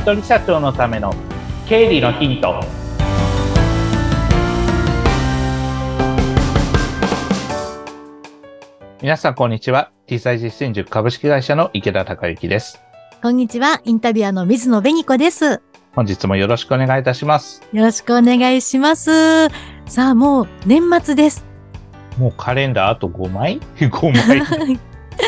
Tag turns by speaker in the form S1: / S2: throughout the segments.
S1: 人社長のための経理のヒント。皆さんこんにちは。T サイ実践塾株式会社の池田孝之です。
S2: こんにちは。インタビュアーの水野紅子です。
S1: 本日もよろしくお願いいたします。
S2: よろしくお願いします。さあ、もう年末です。
S1: もうカレンダーあと5枚 ?5 枚。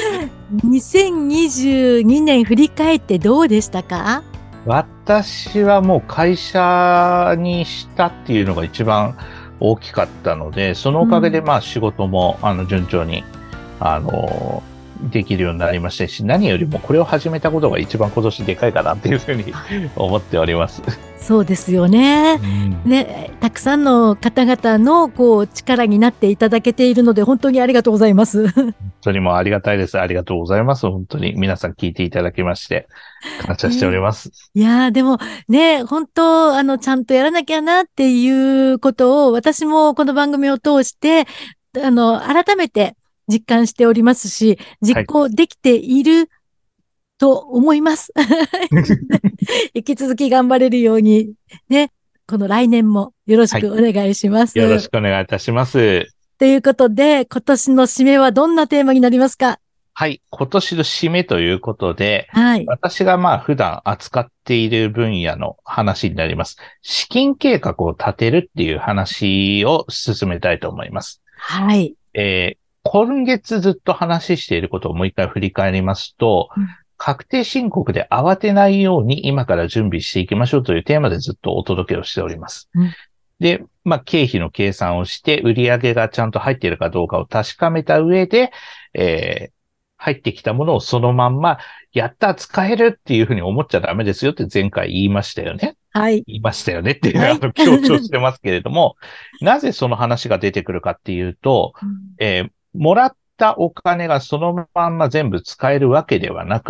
S2: 2022年振り返ってどうでしたか？
S1: 私はもう会社にしたっていうのが一番大きかったので、そのおかげで仕事も順調にできるようになりましたし、何よりもこれを始めたことが一番今年でかいかなっていうふうに思っております。
S2: そうですよね。ね、たくさんの方々の力になっていただけているので本当にありがとうございます。
S1: 本当にもうありがたいです。ありがとうございます。本当に皆さん聞いていただきまして感謝しております。
S2: いやーでもね、本当ちゃんとやらなきゃなっていうことを私もこの番組を通して改めて実感しておりますし、実行できていると思います。引き続き頑張れるように、ね、この来年もよろしくお願いします。
S1: よろしくお願いいたします。
S2: ということで、今年の締めはどんなテーマになりますか？
S1: はい。今年の締めということで、
S2: はい。
S1: 私が普段扱っている分野の話になります。資金計画を立てるっていう話を進めたいと思います。
S2: はい。
S1: 今月ずっと話していることをもう一回振り返りますと、確定申告で慌てないように今から準備していきましょうというテーマでずっとお届けをしております。で、経費の計算をして売上がちゃんと入っているかどうかを確かめた上で、入ってきたものをそのまんま、やった使えるっていうふうに思っちゃダメですよって前回言いましたよね。
S2: はい。
S1: 言いましたよねっていう、
S2: はい、
S1: 強調してますけれども、なぜその話が出てくるかっていうと、もらったお金がそのまんま全部使えるわけではなくって、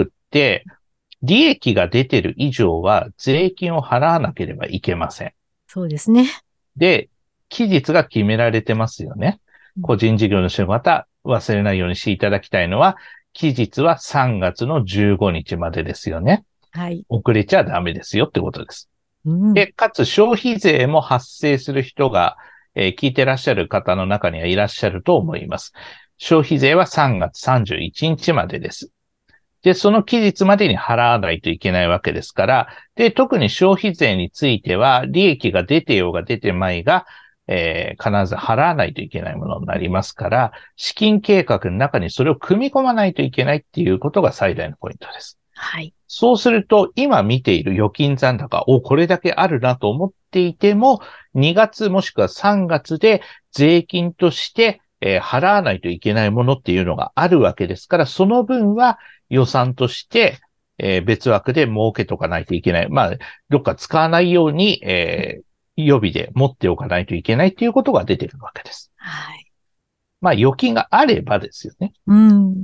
S1: 利益が出てる以上は税金を払わなければいけません。
S2: そうですね。
S1: で、期日が決められてますよね。個人事業の人また忘れないようにしていただきたいのは、期日は3月の15日までですよね。
S2: はい。
S1: 遅れちゃダメですよってことです。
S2: うん、
S1: で、かつ消費税も発生する人が、聞いてらっしゃる方の中にはいらっしゃると思います。消費税は3月31日までです。で、その期日までに払わないといけないわけですから、で、特に消費税については、利益が出てようが出てまいが、必ず払わないといけないものになりますから、資金計画の中にそれを組み込まないといけないっていうことが最大のポイントです。
S2: はい。
S1: そうすると、今見ている預金残高をこれだけあるなと思っていても、2月もしくは3月で税金として、払わないといけないものっていうのがあるわけですから、その分は予算として、別枠で設けとかないといけない。どっか使わないように、予備で持っておかないといけないっていうことが出てくるわけです。
S2: はい。
S1: 預金があればですよね。
S2: うん。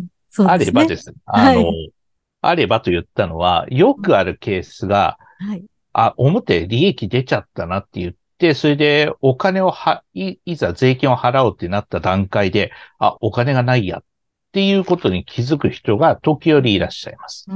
S2: そう
S1: あ
S2: ですね。
S1: ればです。
S2: はい。
S1: あればと言ったのは、よくあるケースが、
S2: はい。
S1: 表利益出ちゃったなって言って、それでお金をいざ税金を払おうってなった段階で、お金がないやっていうことに気づく人が時折いらっしゃいます。
S2: うん。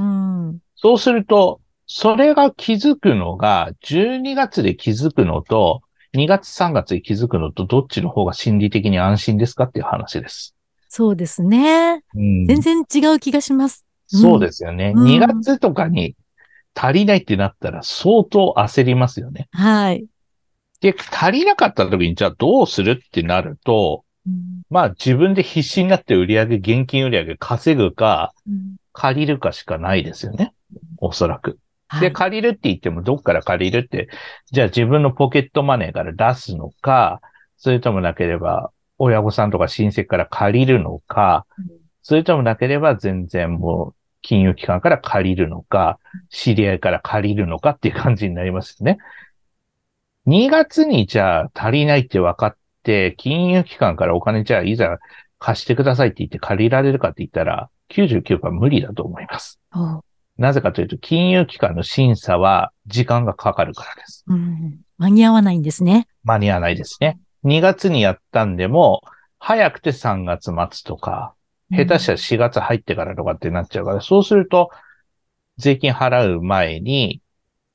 S1: そうすると、それが気づくのが、12月で気づくのと、2月3月で気づくのと、どっちの方が心理的に安心ですかっていう話です。
S2: そうですね。
S1: うん、
S2: 全然違う気がします。う
S1: そう
S2: ん。
S1: ですよね。2
S2: うん。
S1: 月とかに足りないってなったら相当焦りますよね。
S2: はい。
S1: で、足りなかった時にじゃあどうするってなると、
S2: うん。
S1: 自分で必死になって現金売上稼ぐか、
S2: うん、
S1: 借りるかしかないですよね。おそらく。で、
S2: はい。
S1: 借りるって言ってもどっから借りるって、じゃあ自分のポケットマネーから出すのか、それともなければ親御さんとか親戚から借りるのか、それともなければ全然もう金融機関から借りるのか、知り合いから借りるのかっていう感じになりますよね。2月にじゃあ足りないって分かって、金融機関からお金じゃあいざ貸してくださいって言って借りられるかって言ったら99%無理だと思います。
S2: お、
S1: なぜかというと、金融機関の審査は時間がかかるからです。
S2: うん。間に合わないんですね。
S1: 間に合わないですね。2月にやったんでも、早くて3月末とか、下手したら4月入ってからとかってなっちゃうから、そうすると、税金払う前に、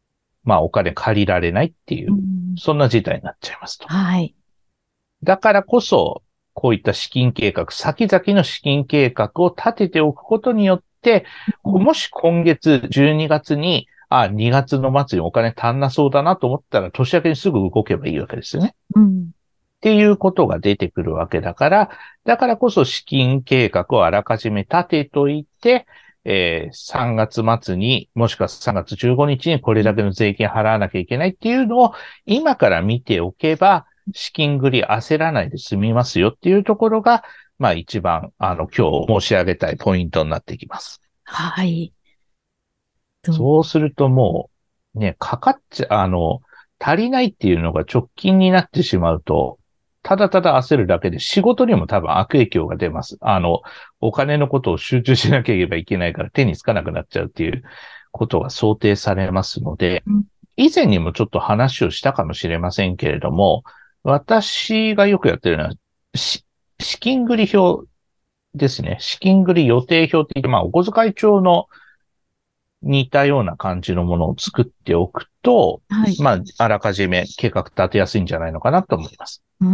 S1: まあお金借りられないっていう、
S2: うん、
S1: そんな事態になっちゃいますと。
S2: はい。
S1: だからこそ、こういった資金計画、先々の資金計画を立てておくことによって、
S2: うん、
S1: もし今月12月に、2月の末にお金足んなそうだなと思ったら、年明けにすぐ動けばいいわけですよね。
S2: うん、
S1: っていうことが出てくるわけだから、だからこそ資金計画をあらかじめ立てといて、3月末に、もしくは3月15日にこれだけの税金払わなきゃいけないっていうのを今から見ておけば、資金繰り焦らないで済みますよっていうところが、まあ一番、今日申し上げたいポイントになってきます。
S2: はい。
S1: そうするともう、ね、かかっちゃ、足りないっていうのが直近になってしまうと、ただただ焦るだけで仕事にも多分悪影響が出ます。お金のことを集中しなければいけないから手につかなくなっちゃうっていうことが想定されますので、
S2: うん、
S1: 以前にもちょっと話をしたかもしれませんけれども、私がよくやってるのは、資金繰り表ですね。資金繰り予定表って言って、まあ、お小遣い帳の似たような感じのものを作っておくと、
S2: はい。
S1: まあ、あらかじめ計画立てやすいんじゃないのかなと思います。
S2: うん、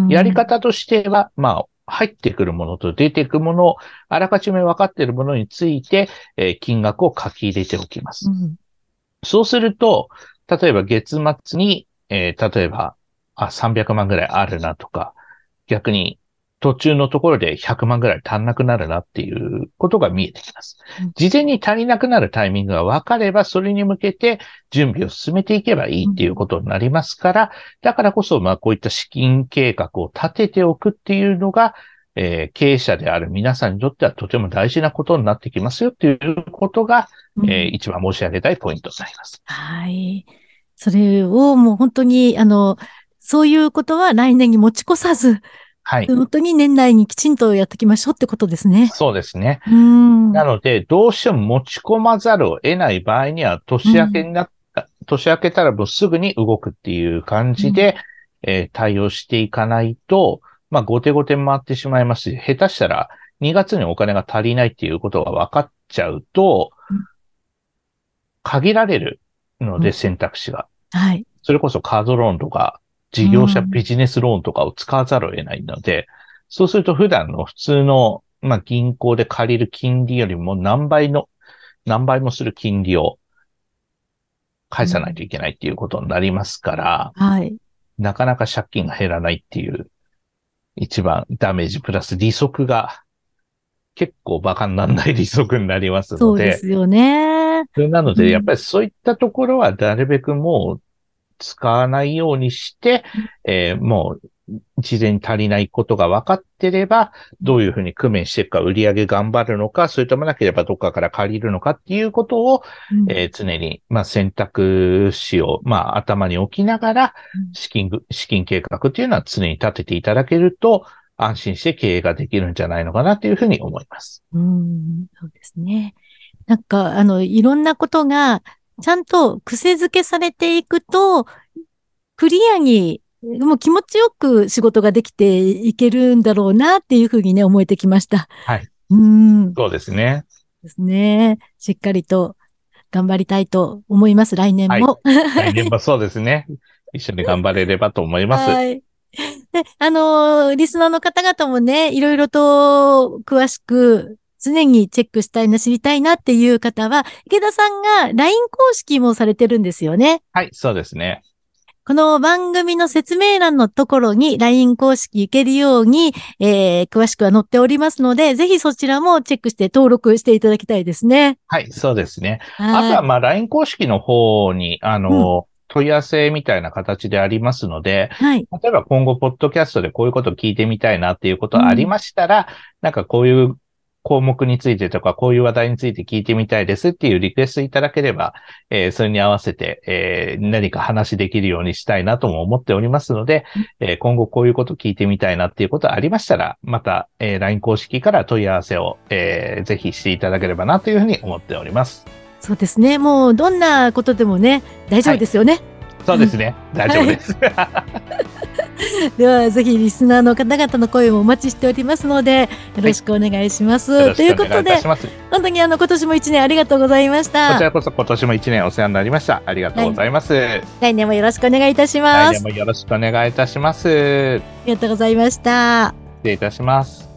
S1: やり方としては、まあ、入ってくるものと出てくるものを、あらかじめ分かっているものについて、金額を書き入れておきます。
S2: うん、
S1: そうすると、例えば月末に、例えば、300万ぐらいあるなとか、逆に途中のところで100万ぐらい足んなくなるなっていうことが見えてきます。
S2: うん、
S1: 事前に足りなくなるタイミングが分かれば、それに向けて準備を進めていけばいいっていうことになりますから、だからこそ、まあこういった資金計画を立てておくっていうのが、経営者である皆さんにとってはとても大事なことになってきますよっていうことが、
S2: うん、
S1: 一番申し上げたいポイントになります。
S2: はい。それをもう本当に、そういうことは来年に持ち越さず、
S1: はい。
S2: 本当に年内にきちんとやっていきましょうってことですね。
S1: そうですね。
S2: うん。う
S1: なので、どうしても持ち込まざるを得ない場合には、
S2: ん。
S1: 年明けたらもうすぐに動くっていう感
S2: うん。
S1: じで、対応していかないと、まあ、後手後手回ってしまいますし、下手したら2月にお金が足りないっていうことが分かっちゃうと、限られるの
S2: うん、
S1: で選択肢が。
S2: はい。
S1: それこそカードローンとか、
S2: う
S1: 事業者
S2: ん。
S1: ビジネスローンとかを使わざるを得ないので、そうすると普段の普通の、まあ、銀行で借りる金利よりも何倍もする金利を返さないと
S2: うん、
S1: いけないっていうことになりますから、
S2: はい。
S1: なかなか借金が減らないっていう一番ダメージプラス利息が結構バカにならない利息になりますの
S2: そうで
S1: で、
S2: すよね。
S1: なので、やっ
S2: うん。
S1: ぱりそういったところはなるべくもう使わないようにして、もう事前に足りないことが分かってれば、どういうふうに工面していくか、売り上げ頑張るのか、それともなければどっかから借りるのかっていうことを、
S2: うん。
S1: 常に、まあ、選択肢を、まあ、頭に置きながら、
S2: うん。
S1: 資金計画っていうのは常に立てていただけると、安心して経営ができるんじゃないのかなというふうに思います。
S2: うん、そうですね。なんか、いろんなことが、ちゃんと癖づけされていくと、クリアに、もう気持ちよく仕事ができていけるんだろうなっていうふうにね、思えてきました。
S1: はい。
S2: うん。
S1: そうですね。
S2: ですね。しっかりと頑張りたいと思います、来年
S1: はい。
S2: も。
S1: 来年もそうですね。一緒に頑張れればと思います。
S2: はい。で、リスナーの方々もね、いろいろと詳しく、常にチェックしたいな、知りたいなっていう方は、池田さんが LINE 公式もされてるんですよね。
S1: はい、そうですね。
S2: この番組の説明欄のところに LINE 公式行けるように、詳しくは載っておりますので、ぜひそちらもチェックして登録していただきたいですね。
S1: はい、そうですね。あとは、
S2: はい。
S1: まあ、LINE 公式の方に、
S2: うん。
S1: 問い合わせみたいな形でありますので、
S2: はい。
S1: 例えば今後、ポッドキャストでこういうことを聞いてみたいなっていうことあり
S2: うん。
S1: ましたら、なんかこういう項目についてとか、こういう話題について聞いてみたいですっていうリクエストいただければ、それに合わせて、何か話できるようにしたいなとも思っておりますので、今後こういうこと聞いてみたいなっていうことありましたら、また、LINE 公式から問い合わせを、ぜひしていただければなというふうに思っております。
S2: そうですね。もう、どんなことでもね、大丈
S1: はい。
S2: 夫ですよね。
S1: そうですね。大丈夫
S2: はい。
S1: です。
S2: では、ぜひリスナーの方々の声もお待ちしておりますので、よろしくお願いします。
S1: よろしくお
S2: ということで
S1: 願いいたし、ます。
S2: 本当に今年も1年ありがとうございまし
S1: こち
S2: た。
S1: らこそ今年も1年お世話になりました。ありがとうございます。
S2: 来年もよろしくお願いいたします。
S1: 来年もよろしくお願いいたします。
S2: ありがとうございました。
S1: 失礼いたします。